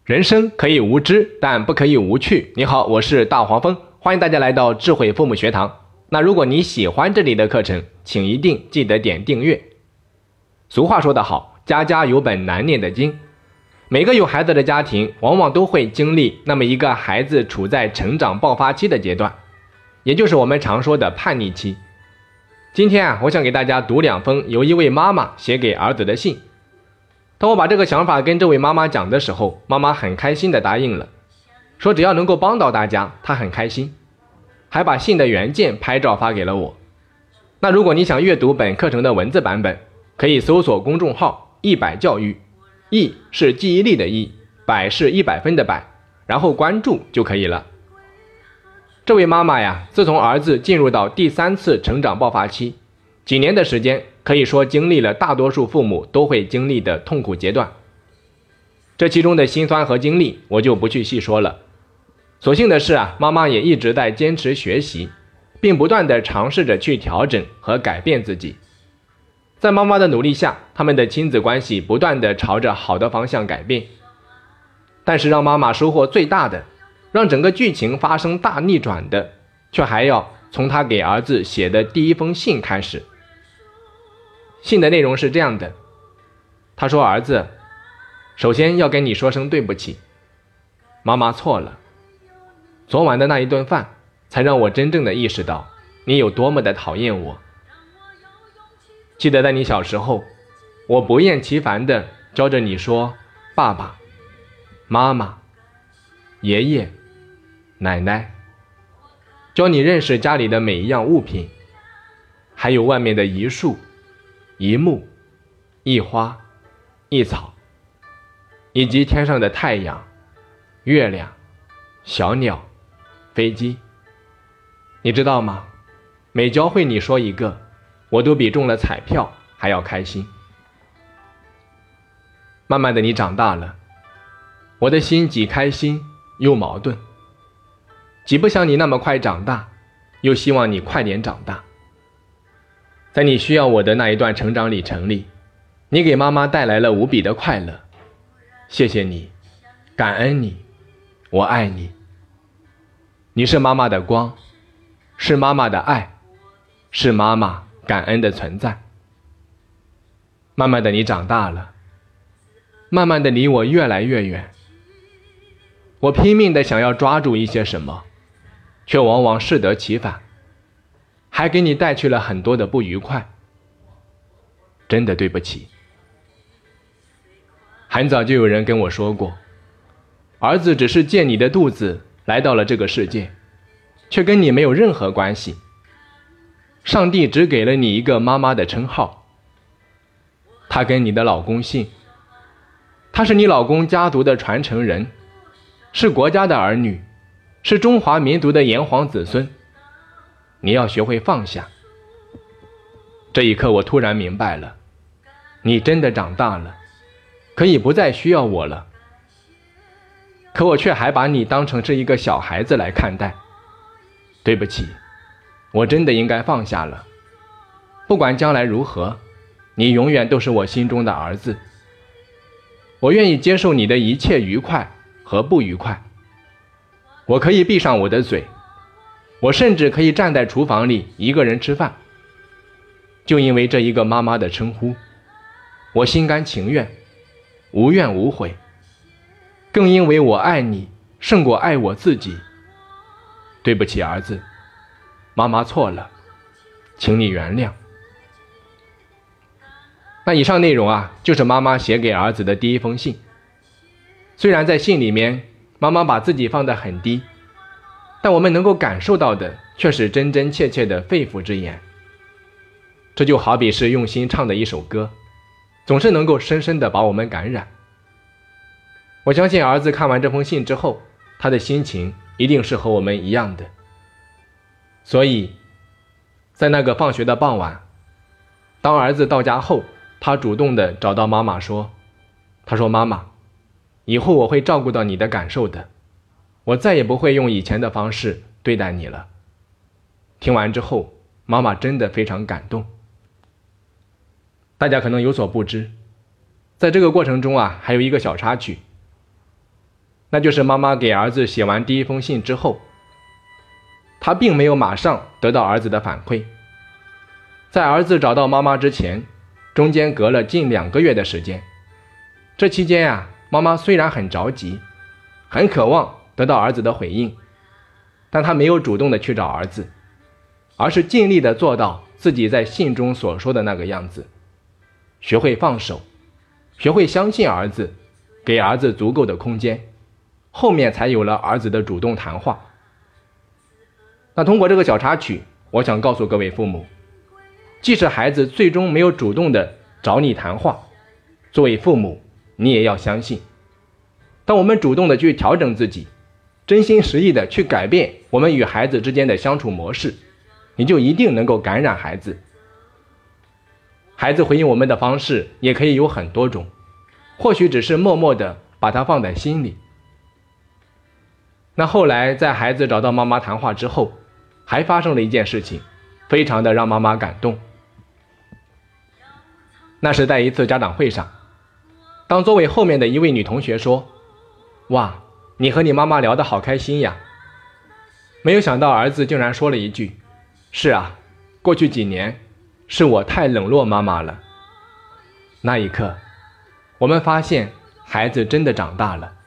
人生可以无知，但不可以无趣。你好，我是大黄蜂，欢迎大家来到智慧父母学堂。那如果你喜欢这里的课程，请一定记得点订阅。俗话说得好，家家有本难念的经。每个有孩子的家庭，往往都会经历那么一个孩子处在成长爆发期的阶段，也就是我们常说的叛逆期。今天我想给大家读2封由一位妈妈写给儿子的信。当我把这个想法跟这位妈妈讲的时候，妈妈很开心地答应了，说只要能够帮到大家，她很开心，还把信的原件拍照发给了我。那如果你想阅读本课程的文字版本，可以搜索公众号100教育，1是记忆力的1，100是100分的100，然后关注就可以了。这位妈妈呀，自从儿子进入到第3次成长爆发期，几年的时间，可以说经历了大多数父母都会经历的痛苦阶段。这其中的辛酸和经历，我就不去细说了。所幸的是妈妈也一直在坚持学习，并不断地尝试着去调整和改变自己。在妈妈的努力下，他们的亲子关系不断地朝着好的方向改变。但是让妈妈收获最大的，让整个剧情发生大逆转的，却还要从她给儿子写的第1封信开始。信的内容是这样的，他说：儿子，首先要跟你说声对不起，妈妈错了。昨晚的那一顿饭，才让我真正的意识到你有多么的讨厌我。记得在你小时候，我不厌其烦地教着你说爸爸、妈妈、爷爷、奶奶，教你认识家里的每一样物品，还有外面的一树、一木、一花、一草，以及天上的太阳、月亮、小鸟、飞机。你知道吗？每教会你说一个，我都比中了彩票还要开心。慢慢的你长大了，我的心既开心又矛盾，既不想你那么快长大，又希望你快点长大。在你需要我的那一段成长里程里，你给妈妈带来了无比的快乐。谢谢你，感恩你，我爱你。你是妈妈的光，是妈妈的爱，是妈妈感恩的存在。慢慢的你长大了，慢慢的离我越来越远。我拼命的想要抓住一些什么，却往往适得其反，还给你带去了很多的不愉快。真的对不起。很早就有人跟我说过，儿子只是借你的肚子来到了这个世界，却跟你没有任何关系。上帝只给了你一个妈妈的称号，他跟你的老公姓，他是你老公家族的传承人，是国家的儿女，是中华民族的炎黄子孙。你要学会放下。这一刻我突然明白了，你真的长大了，可以不再需要我了。可我却还把你当成是一个小孩子来看待。对不起，我真的应该放下了。不管将来如何，你永远都是我心中的儿子。我愿意接受你的一切愉快和不愉快。我可以闭上我的嘴，我甚至可以站在厨房里一个人吃饭。就因为这一个妈妈的称呼，我心甘情愿，无怨无悔。更因为我爱你胜过爱我自己。对不起儿子，妈妈错了，请你原谅。那以上内容就是妈妈写给儿子的第1封信。虽然在信里面妈妈把自己放得很低，但我们能够感受到的却是真真切切的肺腑之言。这就好比是用心唱的一首歌，总是能够深深地把我们感染。我相信儿子看完这封信之后，他的心情一定是和我们一样的。所以在那个放学的傍晚，当儿子到家后，他主动地找到妈妈说，他说妈妈，以后我会照顾到你的感受的，我再也不会用以前的方式对待你了。听完之后，妈妈真的非常感动。大家可能有所不知，在这个过程中还有一个小插曲。 那就是妈妈给儿子写完第一封信之后，她并没有马上得到儿子的反馈。在儿子找到妈妈之前，中间隔了近2个月的时间。这期间啊，妈妈虽然很着急，很渴望得到儿子的回应，但她没有主动的去找儿子，而是尽力的做到自己在信中所说的那个样子，学会放手，学会相信儿子，给儿子足够的空间，后面才有了儿子的主动谈话。那通过这个小插曲，我想告诉各位父母，即使孩子最终没有主动的找你谈话，作为父母，你也要相信，当我们主动的去调整自己，真心实意的去改变我们与孩子之间的相处模式，你就一定能够感染孩子。孩子回应我们的方式也可以有很多种，或许只是默默的把它放在心里。那后来在孩子找到妈妈谈话之后，还发生了一件事情，非常的让妈妈感动。那是在一次家长会上，当座位后面的一位女同学说：哇，你和你妈妈聊得好开心呀。没有想到儿子竟然说了一句：是啊，过去几年是我太冷落妈妈了。那一刻，我们发现孩子真的长大了。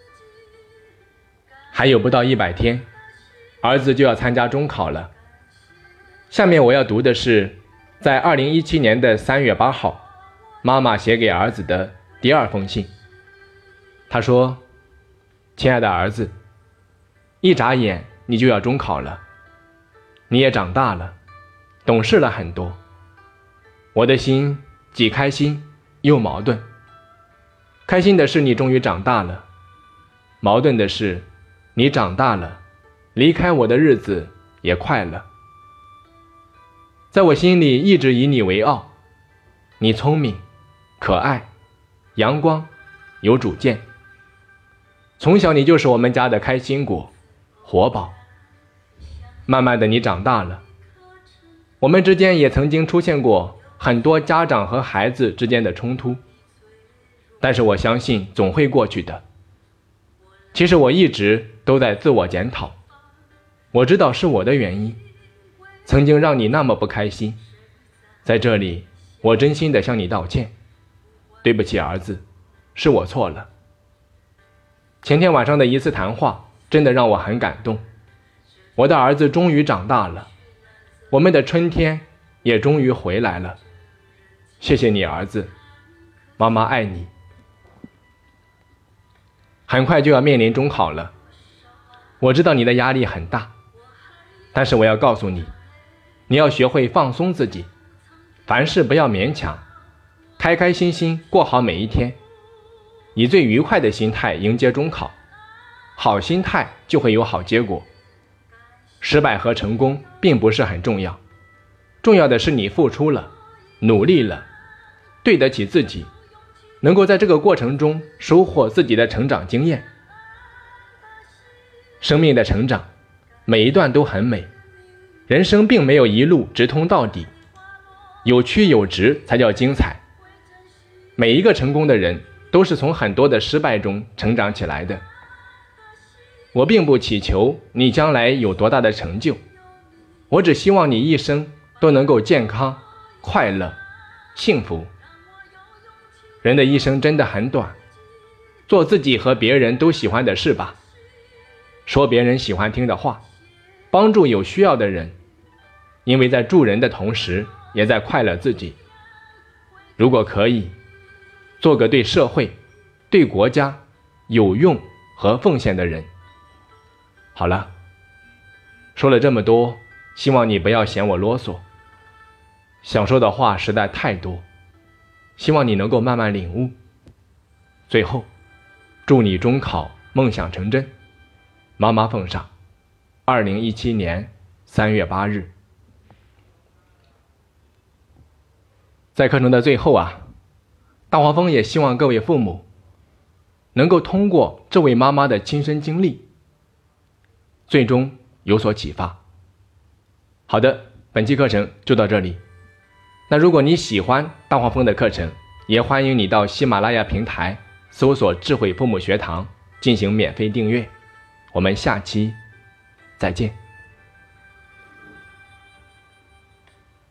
还有不到100天，儿子就要参加中考了。下面我要读的是在2017年的3月8号，妈妈写给儿子的第2封信。她说：亲爱的儿子，一眨眼你就要中考了，你也长大了，懂事了很多。我的心既开心又矛盾。开心的是你终于长大了，矛盾的是你长大了，离开我的日子也快了。在我心里一直以你为傲，你聪明、可爱、阳光、有主见。从小你就是我们家的开心果、活宝。慢慢的你长大了，我们之间也曾经出现过很多家长和孩子之间的冲突，但是我相信总会过去的。其实我一直都在自我检讨，我知道是我的原因，曾经让你那么不开心。在这里，我真心的向你道歉，对不起儿子，是我错了。前天晚上的一次谈话真的让我很感动，我的儿子终于长大了，我们的春天也终于回来了。谢谢你儿子，妈妈爱你。很快就要面临中考了，我知道你的压力很大，但是我要告诉你，你要学会放松自己，凡事不要勉强，开开心心过好每一天，以最愉快的心态迎接中考，好心态就会有好结果。失败和成功并不是很重要，重要的是你付出了，努力了，对得起自己，能够在这个过程中收获自己的成长经验。生命的成长，每一段都很美，人生并没有一路直通到底，有曲有直才叫精彩。每一个成功的人都是从很多的失败中成长起来的。我并不祈求你将来有多大的成就，我只希望你一生都能够健康、快乐、幸福。人的一生真的很短，做自己和别人都喜欢的事吧，说别人喜欢听的话，帮助有需要的人，因为在助人的同时也在快乐自己。如果可以，做个对社会、对国家有用和奉献的人。好了，说了这么多，希望你不要嫌我啰嗦，想说的话实在太多，希望你能够慢慢领悟。最后，祝你中考梦想成真，妈妈奉上。2017年3月8日。在课程的最后大黄蜂也希望各位父母能够通过这位妈妈的亲身经历，最终有所启发。好的，本期课程就到这里。那如果你喜欢大黄蜂的课程，也欢迎你到喜马拉雅平台搜索智慧父母学堂进行免费订阅。我们下期再见。